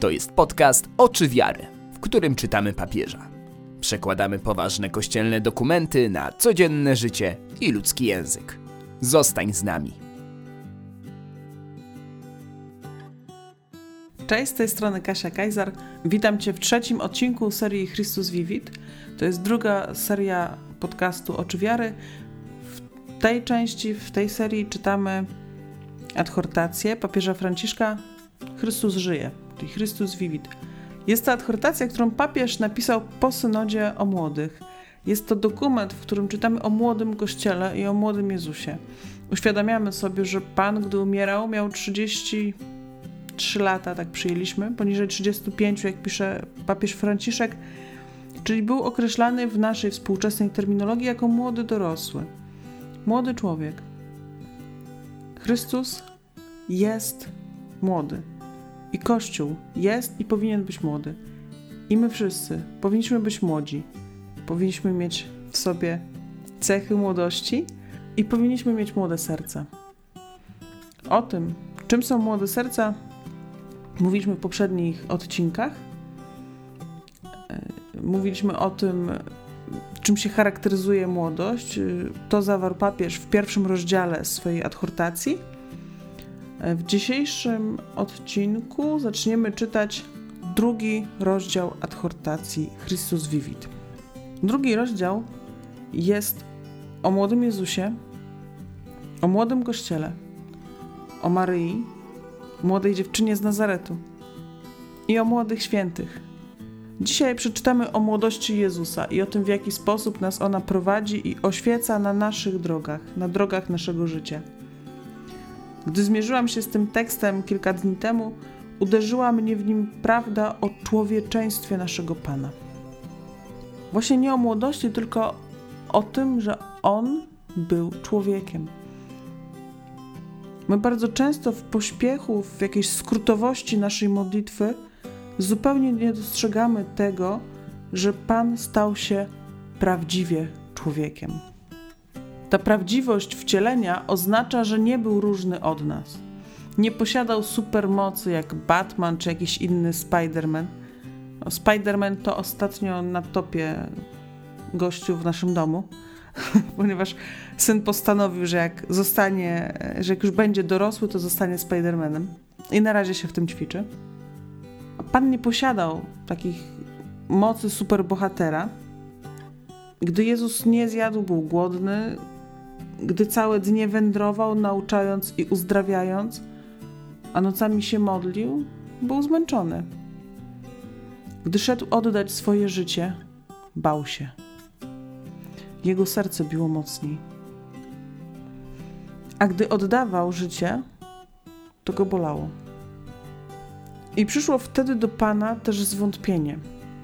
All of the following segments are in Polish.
To jest podcast Oczy Wiary, w którym czytamy papieża. Przekładamy poważne kościelne dokumenty na codzienne życie i ludzki język. Zostań z nami. Cześć, z tej strony Kasia Kajzar. Witam Cię w trzecim odcinku serii Christus Vivit. To jest druga seria podcastu Oczy Wiary. W tej części, w tej serii czytamy adhortację papieża Franciszka Chrystus żyje, czyli Christus Vivit. Jest to adhortacja, którą papież napisał po synodzie o młodych. Jest to dokument, w którym czytamy o młodym Kościele i o młodym Jezusie. Uświadamiamy sobie, że Pan, gdy umierał, miał 33 lata, tak przyjęliśmy, poniżej 35, jak pisze papież Franciszek, czyli był określany w naszej współczesnej terminologii jako młody dorosły. Młody człowiek. Chrystus jest młody. I Kościół jest i powinien być młody. I my wszyscy powinniśmy być młodzi. Powinniśmy mieć w sobie cechy młodości i powinniśmy mieć młode serca. O tym, czym są młode serca, mówiliśmy w poprzednich odcinkach. Mówiliśmy o tym, czym się charakteryzuje młodość. To zawarł papież w pierwszym rozdziale swojej adhortacji. W dzisiejszym odcinku zaczniemy czytać drugi rozdział adhortacji Christus Vivit. Drugi rozdział jest o młodym Jezusie, o młodym Kościele, o Maryi, młodej dziewczynie z Nazaretu i o młodych świętych. Dzisiaj przeczytamy o młodości Jezusa i o tym, w jaki sposób nas ona prowadzi i oświeca na naszych drogach, na drogach naszego życia. Gdy zmierzyłam się z tym tekstem kilka dni temu, uderzyła mnie w nim prawda o człowieczeństwie naszego Pana. Właśnie nie o młodości, tylko o tym, że On był człowiekiem. My bardzo często w pośpiechu, w jakiejś skrótowości naszej modlitwy zupełnie nie dostrzegamy tego, że Pan stał się prawdziwie człowiekiem. Ta prawdziwość wcielenia oznacza, że nie był różny od nas. Nie posiadał supermocy jak Batman czy jakiś inny Spider-Man. Spider-Man to ostatnio na topie gościu w naszym domu, ponieważ syn postanowił, że jak już będzie dorosły, to zostanie Spider-Manem. I na razie się w tym ćwiczy. A Pan nie posiadał takich mocy superbohatera. Gdy Jezus nie zjadł, był głodny. Gdy całe dnie wędrował, nauczając i uzdrawiając, a nocami się modlił, był zmęczony. Gdy szedł oddać swoje życie, bał się. Jego serce biło mocniej. A gdy oddawał życie, to go bolało. I przyszło wtedy do Pana też zwątpienie.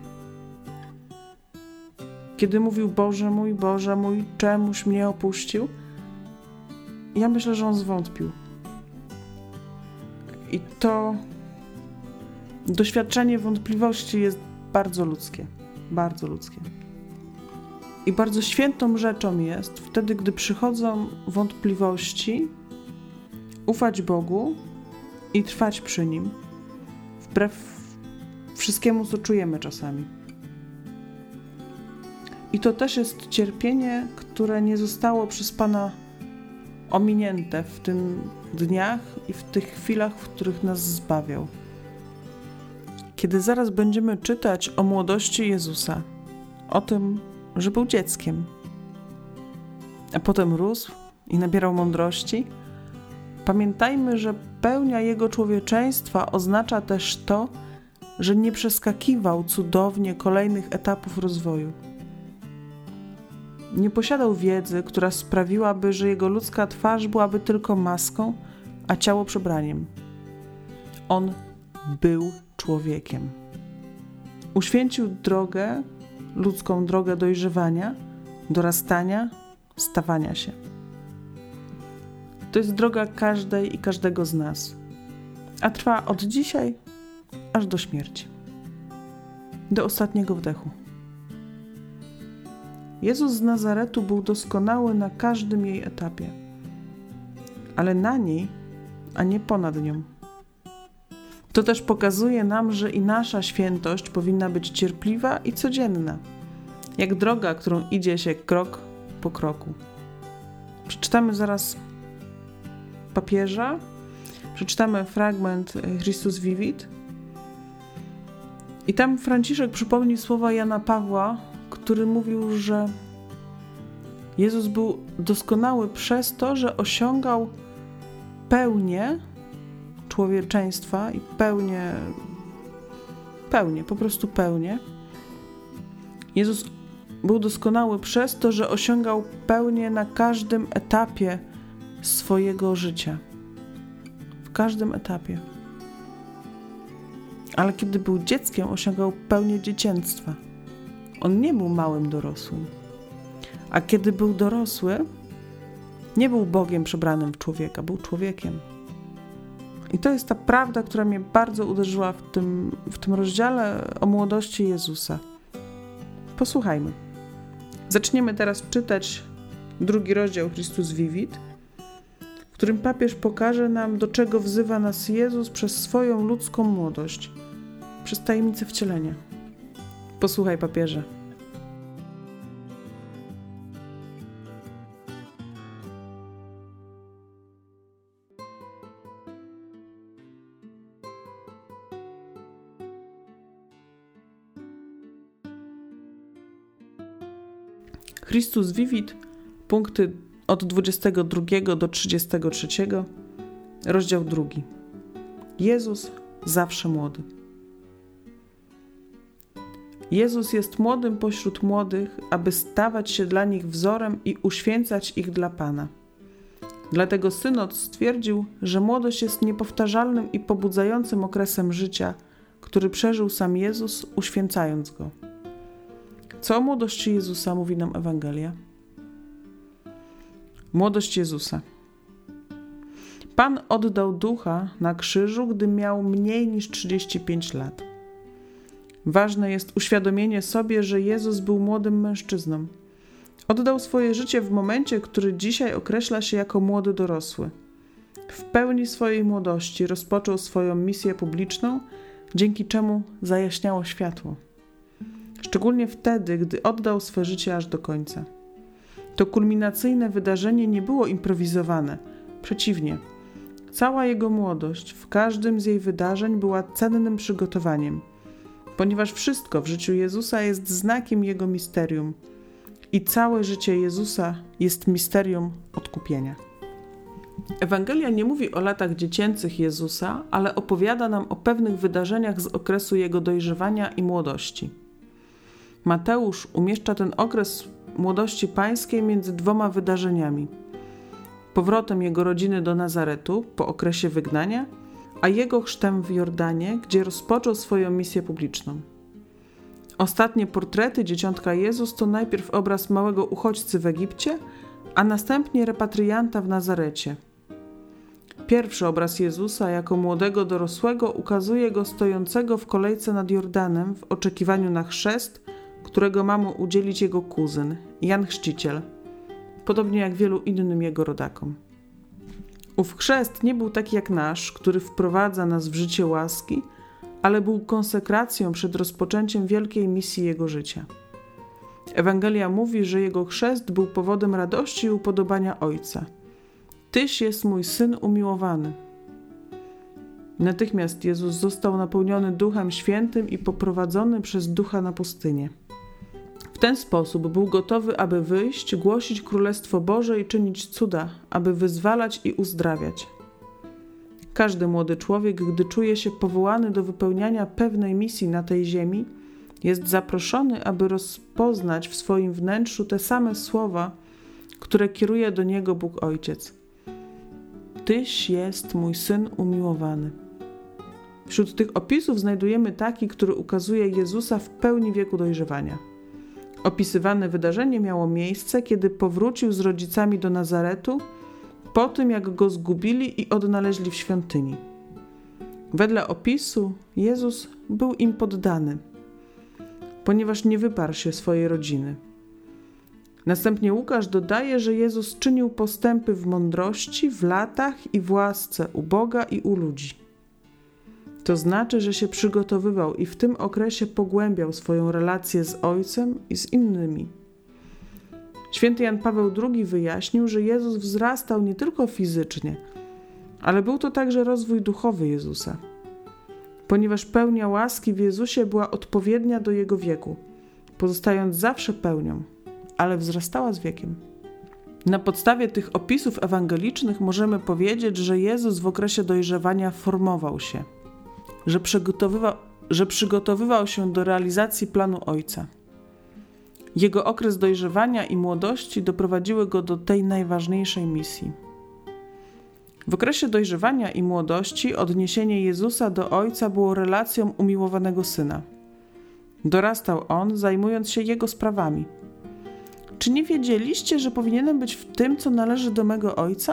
Kiedy mówił: Boże mój, czemuś mnie opuścił? Ja myślę, że on zwątpił. I to doświadczenie wątpliwości jest bardzo ludzkie. Bardzo ludzkie. I bardzo świętą rzeczą jest wtedy, gdy przychodzą wątpliwości, ufać Bogu i trwać przy Nim, wbrew wszystkiemu, co czujemy czasami. I to też jest cierpienie, które nie zostało przez Pana ominięte w tych dniach i w tych chwilach, w których nas zbawiał. Kiedy zaraz będziemy czytać o młodości Jezusa, o tym, że był dzieckiem, a potem rósł i nabierał mądrości, pamiętajmy, że pełnia Jego człowieczeństwa oznacza też to, że nie przeskakiwał cudownie kolejnych etapów rozwoju. Nie posiadał wiedzy, która sprawiłaby, że jego ludzka twarz byłaby tylko maską, a ciało przebraniem. On był człowiekiem. Uświęcił drogę, ludzką drogę dojrzewania, dorastania, stawania się. To jest droga każdej i każdego z nas, a trwa od dzisiaj aż do śmierci, do ostatniego wdechu. Jezus z Nazaretu był doskonały na każdym jej etapie, ale na niej, a nie ponad nią. To też pokazuje nam, że i nasza świętość powinna być cierpliwa i codzienna, jak droga, którą idzie się krok po kroku. Przeczytamy zaraz papieża, przeczytamy fragment Christus Vivit i tam Franciszek przypomni słowa Jana Pawła, który mówił, że Jezus był doskonały przez to, że osiągał pełnię człowieczeństwa i pełnię, po prostu pełnię. Jezus był doskonały przez to, że osiągał pełnię na każdym etapie swojego życia. W każdym etapie. Ale kiedy był dzieckiem, osiągał pełnię dziecięctwa. On nie był małym dorosłym. A kiedy był dorosły, nie był Bogiem przebranym w człowieka, był człowiekiem. I to jest ta prawda, która mnie bardzo uderzyła w tym rozdziale o młodości Jezusa. Posłuchajmy. Zaczniemy teraz czytać 2 rozdział Christus Vivit, w którym papież pokaże nam, do czego wzywa nas Jezus przez swoją ludzką młodość, przez tajemnicę wcielenia. Posłuchaj, papieże. Christus Vivit, punkty od 22 do 33, rozdział 2. Jezus zawsze młody. Jezus jest młodym pośród młodych, aby stawać się dla nich wzorem i uświęcać ich dla Pana. Dlatego synod stwierdził, że młodość jest niepowtarzalnym i pobudzającym okresem życia, który przeżył sam Jezus, uświęcając go. Co o młodości Jezusa mówi nam Ewangelia? Młodość Jezusa. Pan oddał Ducha na krzyżu, gdy miał mniej niż 35 lat. Ważne jest uświadomienie sobie, że Jezus był młodym mężczyzną. Oddał swoje życie w momencie, który dzisiaj określa się jako młody dorosły. W pełni swojej młodości rozpoczął swoją misję publiczną, dzięki czemu zajaśniało światło. Szczególnie wtedy, gdy oddał swe życie aż do końca. To kulminacyjne wydarzenie nie było improwizowane. Przeciwnie, cała jego młodość w każdym z jej wydarzeń była cennym przygotowaniem, ponieważ wszystko w życiu Jezusa jest znakiem Jego misterium i całe życie Jezusa jest misterium odkupienia. Ewangelia nie mówi o latach dziecięcych Jezusa, ale opowiada nam o pewnych wydarzeniach z okresu Jego dojrzewania i młodości. Mateusz umieszcza ten okres młodości pańskiej między 2 wydarzeniami. Powrotem jego rodziny do Nazaretu po okresie wygnania, a jego chrztem w Jordanie, gdzie rozpoczął swoją misję publiczną. Ostatnie portrety dzieciątka Jezus to najpierw obraz małego uchodźcy w Egipcie, a następnie repatrianta w Nazarecie. Pierwszy obraz Jezusa jako młodego dorosłego ukazuje go stojącego w kolejce nad Jordanem w oczekiwaniu na chrzest, którego ma mu udzielić jego kuzyn, Jan Chrzciciel, podobnie jak wielu innym jego rodakom. Ów chrzest nie był taki jak nasz, który wprowadza nas w życie łaski, ale był konsekracją przed rozpoczęciem wielkiej misji jego życia. Ewangelia mówi, że jego chrzest był powodem radości i upodobania Ojca. Tyś jest mój Syn umiłowany. Natychmiast Jezus został napełniony Duchem Świętym i poprowadzony przez Ducha na pustynię. W ten sposób był gotowy, aby wyjść, głosić Królestwo Boże i czynić cuda, aby wyzwalać i uzdrawiać. Każdy młody człowiek, gdy czuje się powołany do wypełniania pewnej misji na tej ziemi, jest zaproszony, aby rozpoznać w swoim wnętrzu te same słowa, które kieruje do niego Bóg Ojciec. Tyś jest mój Syn umiłowany. Wśród tych opisów znajdujemy taki, który ukazuje Jezusa w pełni wieku dojrzewania. Opisywane wydarzenie miało miejsce, kiedy powrócił z rodzicami do Nazaretu, po tym jak go zgubili i odnaleźli w świątyni. Wedle opisu Jezus był im poddany, ponieważ nie wyparł się swojej rodziny. Następnie Łukasz dodaje, że Jezus czynił postępy w mądrości, w latach i w łasce u Boga i u ludzi. To znaczy, że się przygotowywał i w tym okresie pogłębiał swoją relację z Ojcem i z innymi. Święty Jan Paweł II wyjaśnił, że Jezus wzrastał nie tylko fizycznie, ale był to także rozwój duchowy Jezusa, ponieważ pełnia łaski w Jezusie była odpowiednia do Jego wieku, pozostając zawsze pełnią, ale wzrastała z wiekiem. Na podstawie tych opisów ewangelicznych możemy powiedzieć, że Jezus w okresie dojrzewania formował się, że przygotowywał się do realizacji planu Ojca. Jego okres dojrzewania i młodości doprowadziły go do tej najważniejszej misji. W okresie dojrzewania i młodości odniesienie Jezusa do Ojca było relacją umiłowanego Syna. Dorastał On, zajmując się Jego sprawami. Czy nie wiedzieliście, że powinienem być w tym, co należy do mego Ojca?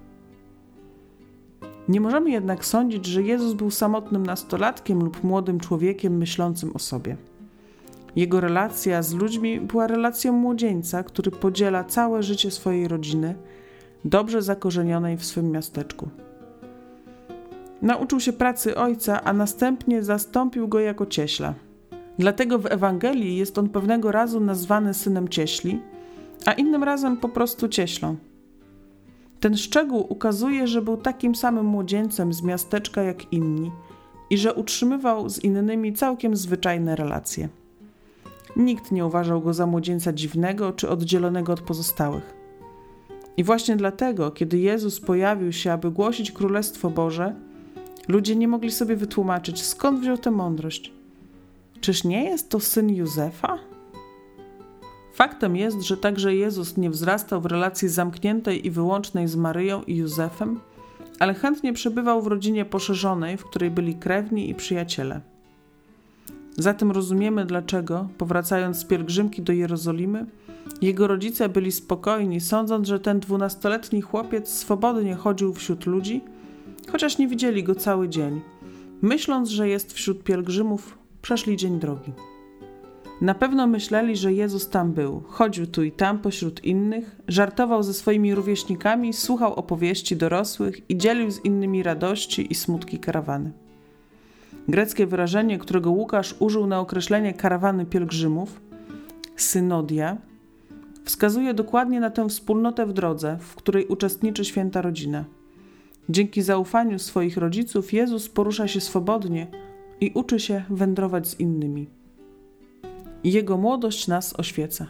Nie możemy jednak sądzić, że Jezus był samotnym nastolatkiem lub młodym człowiekiem myślącym o sobie. Jego relacja z ludźmi była relacją młodzieńca, który podziela całe życie swojej rodziny, dobrze zakorzenionej w swym miasteczku. Nauczył się pracy ojca, a następnie zastąpił go jako cieśla. Dlatego w Ewangelii jest on pewnego razu nazwany synem cieśli, a innym razem po prostu cieślą. Ten szczegół ukazuje, że był takim samym młodzieńcem z miasteczka jak inni i że utrzymywał z innymi całkiem zwyczajne relacje. Nikt nie uważał go za młodzieńca dziwnego czy oddzielonego od pozostałych. I właśnie dlatego, kiedy Jezus pojawił się, aby głosić Królestwo Boże, ludzie nie mogli sobie wytłumaczyć, skąd wziął tę mądrość. Czyż nie jest to syn Józefa? Faktem jest, że także Jezus nie wzrastał w relacji zamkniętej i wyłącznej z Maryją i Józefem, ale chętnie przebywał w rodzinie poszerzonej, w której byli krewni i przyjaciele. Zatem rozumiemy, dlaczego, powracając z pielgrzymki do Jerozolimy, jego rodzice byli spokojni, sądząc, że ten 12-letni chłopiec swobodnie chodził wśród ludzi, chociaż nie widzieli go cały dzień. Myśląc, że jest wśród pielgrzymów, przeszli dzień drogi. Na pewno myśleli, że Jezus tam był, chodził tu i tam pośród innych, żartował ze swoimi rówieśnikami, słuchał opowieści dorosłych i dzielił z innymi radości i smutki karawany. Greckie wyrażenie, którego Łukasz użył na określenie karawany pielgrzymów, synodia, wskazuje dokładnie na tę wspólnotę w drodze, w której uczestniczy święta rodzina. Dzięki zaufaniu swoich rodziców Jezus porusza się swobodnie i uczy się wędrować z innymi. Jego młodość nas oświeca.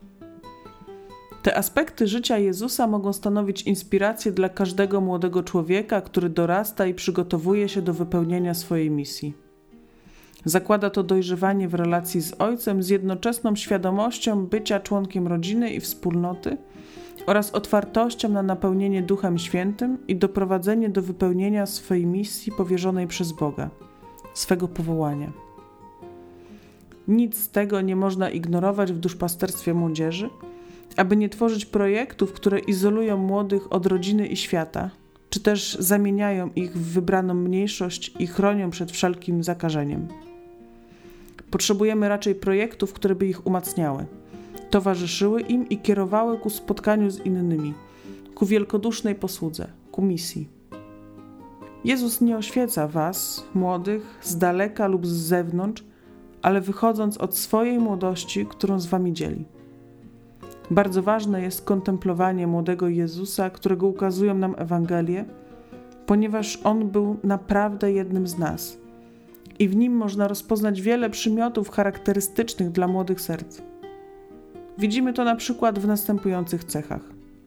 Te aspekty życia Jezusa mogą stanowić inspirację dla każdego młodego człowieka, który dorasta i przygotowuje się do wypełnienia swojej misji. Zakłada to dojrzewanie w relacji z Ojcem z jednoczesną świadomością bycia członkiem rodziny i wspólnoty oraz otwartością na napełnienie Duchem Świętym i doprowadzenie do wypełnienia swojej misji powierzonej przez Boga, swego powołania. Nic z tego nie można ignorować w duszpasterstwie młodzieży, aby nie tworzyć projektów, które izolują młodych od rodziny i świata, czy też zamieniają ich w wybraną mniejszość i chronią przed wszelkim zakażeniem. Potrzebujemy raczej projektów, które by ich umacniały, towarzyszyły im i kierowały ku spotkaniu z innymi, ku wielkodusznej posłudze, ku misji. Jezus nie oświeca was, młodych, z daleka lub z zewnątrz, ale wychodząc od swojej młodości, którą z wami dzieli. Bardzo ważne jest kontemplowanie młodego Jezusa, którego ukazują nam Ewangelie, ponieważ On był naprawdę jednym z nas i w Nim można rozpoznać wiele przymiotów charakterystycznych dla młodych serc. Widzimy to na przykład w następujących cechach.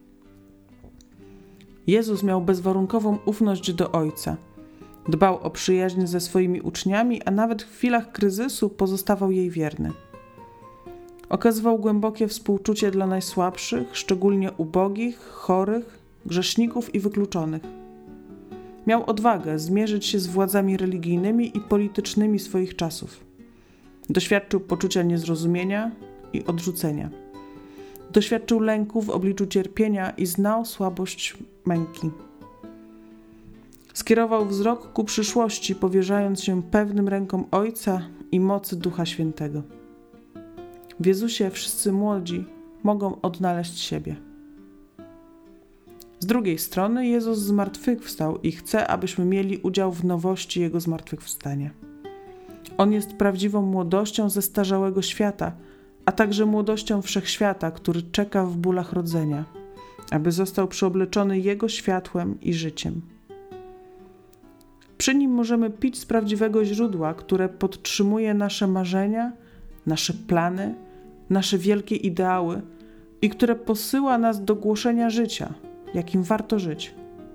Jezus miał bezwarunkową ufność do Ojca, dbał o przyjaźń ze swoimi uczniami, a nawet w chwilach kryzysu pozostawał jej wierny. Okazywał głębokie współczucie dla najsłabszych, szczególnie ubogich, chorych, grzeszników i wykluczonych. Miał odwagę zmierzyć się z władzami religijnymi i politycznymi swoich czasów. Doświadczył poczucia niezrozumienia i odrzucenia. Doświadczył lęku w obliczu cierpienia i znał słabość męki. Skierował wzrok ku przyszłości, powierzając się pewnym rękom Ojca i mocy Ducha Świętego. W Jezusie wszyscy młodzi mogą odnaleźć siebie. Z drugiej strony Jezus zmartwychwstał i chce, abyśmy mieli udział w nowości Jego zmartwychwstania. On jest prawdziwą młodością zestarzałego świata, a także młodością wszechświata, który czeka w bólach rodzenia, aby został przyobleczony Jego światłem i życiem. Przy Nim możemy pić z prawdziwego źródła, które podtrzymuje nasze marzenia, nasze plany, nasze wielkie ideały i które posyła nas do głoszenia życia, jakim warto żyć.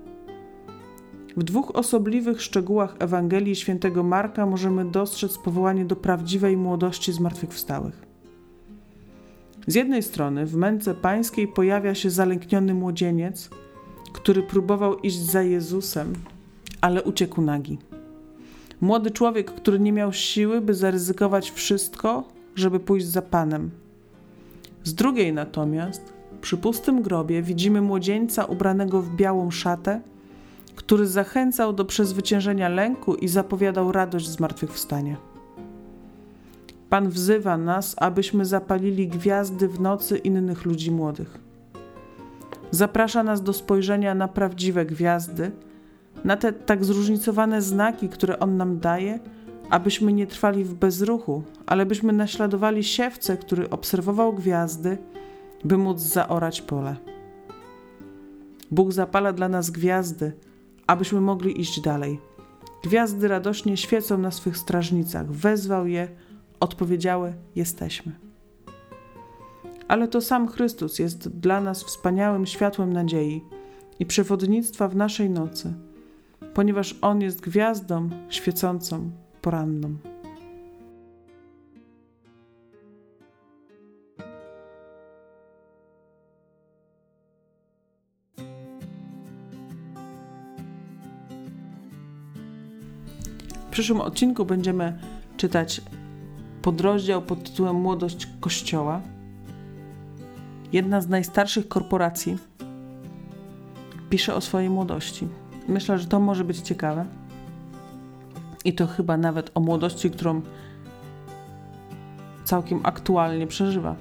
W dwóch osobliwych szczegółach Ewangelii Świętego Marka możemy dostrzec powołanie do prawdziwej młodości zmartwychwstałych. Z jednej strony w męce pańskiej pojawia się zalękniony młodzieniec, który próbował iść za Jezusem, ale uciekł nagi. Młody człowiek, który nie miał siły, by zaryzykować wszystko, żeby pójść za Panem. Z drugiej natomiast, przy pustym grobie widzimy młodzieńca ubranego w białą szatę, który zachęcał do przezwyciężenia lęku i zapowiadał radość zmartwychwstania. Pan wzywa nas, abyśmy zapalili gwiazdy w nocy innych ludzi młodych. Zaprasza nas do spojrzenia na prawdziwe gwiazdy, na te tak zróżnicowane znaki, które On nam daje, abyśmy nie trwali w bezruchu, ale byśmy naśladowali siewcę, który obserwował gwiazdy, by móc zaorać pole. Bóg zapala dla nas gwiazdy, abyśmy mogli iść dalej. Gwiazdy radośnie świecą na swych strażnicach. Wezwał je, odpowiedziały: jesteśmy. Ale to sam Chrystus jest dla nas wspaniałym światłem nadziei i przewodnictwa w naszej nocy, ponieważ On jest gwiazdą świecącą poranną. W przyszłym odcinku będziemy czytać podrozdział pod tytułem Młodość Kościoła. Jedna z najstarszych korporacji pisze o swojej młodości. Myślę, że to może być ciekawe. I to chyba nawet o młodości, którą całkiem aktualnie przeżywa.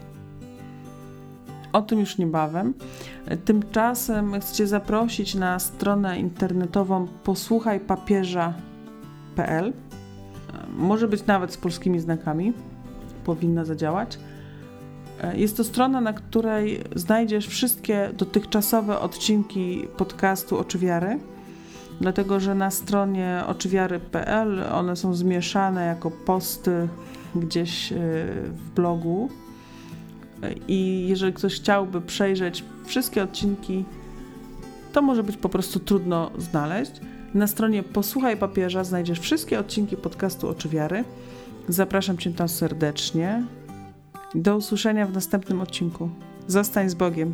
O tym już niebawem. Tymczasem chcę Cię zaprosić na stronę internetową posłuchajpapieża.pl. Może być nawet z polskimi znakami. Powinna zadziałać. Jest to strona, na której znajdziesz wszystkie dotychczasowe odcinki podcastu Oczy Wiary, dlatego że na stronie oczywiary.pl one są zmieszane jako posty gdzieś w blogu i jeżeli ktoś chciałby przejrzeć wszystkie odcinki, to może być po prostu trudno znaleźć. Na stronie Posłuchaj Papieża znajdziesz wszystkie odcinki podcastu Oczy Wiary. Zapraszam Cię tam serdecznie. Do usłyszenia w następnym odcinku. Zostań z Bogiem.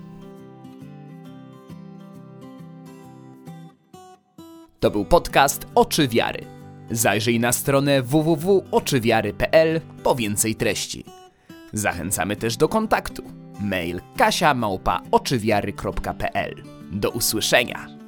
To był podcast Oczy Wiary. Zajrzyj na stronę www.oczywiary.pl po więcej treści. Zachęcamy też do kontaktu. Mail kasia@oczywiary.pl. Do usłyszenia.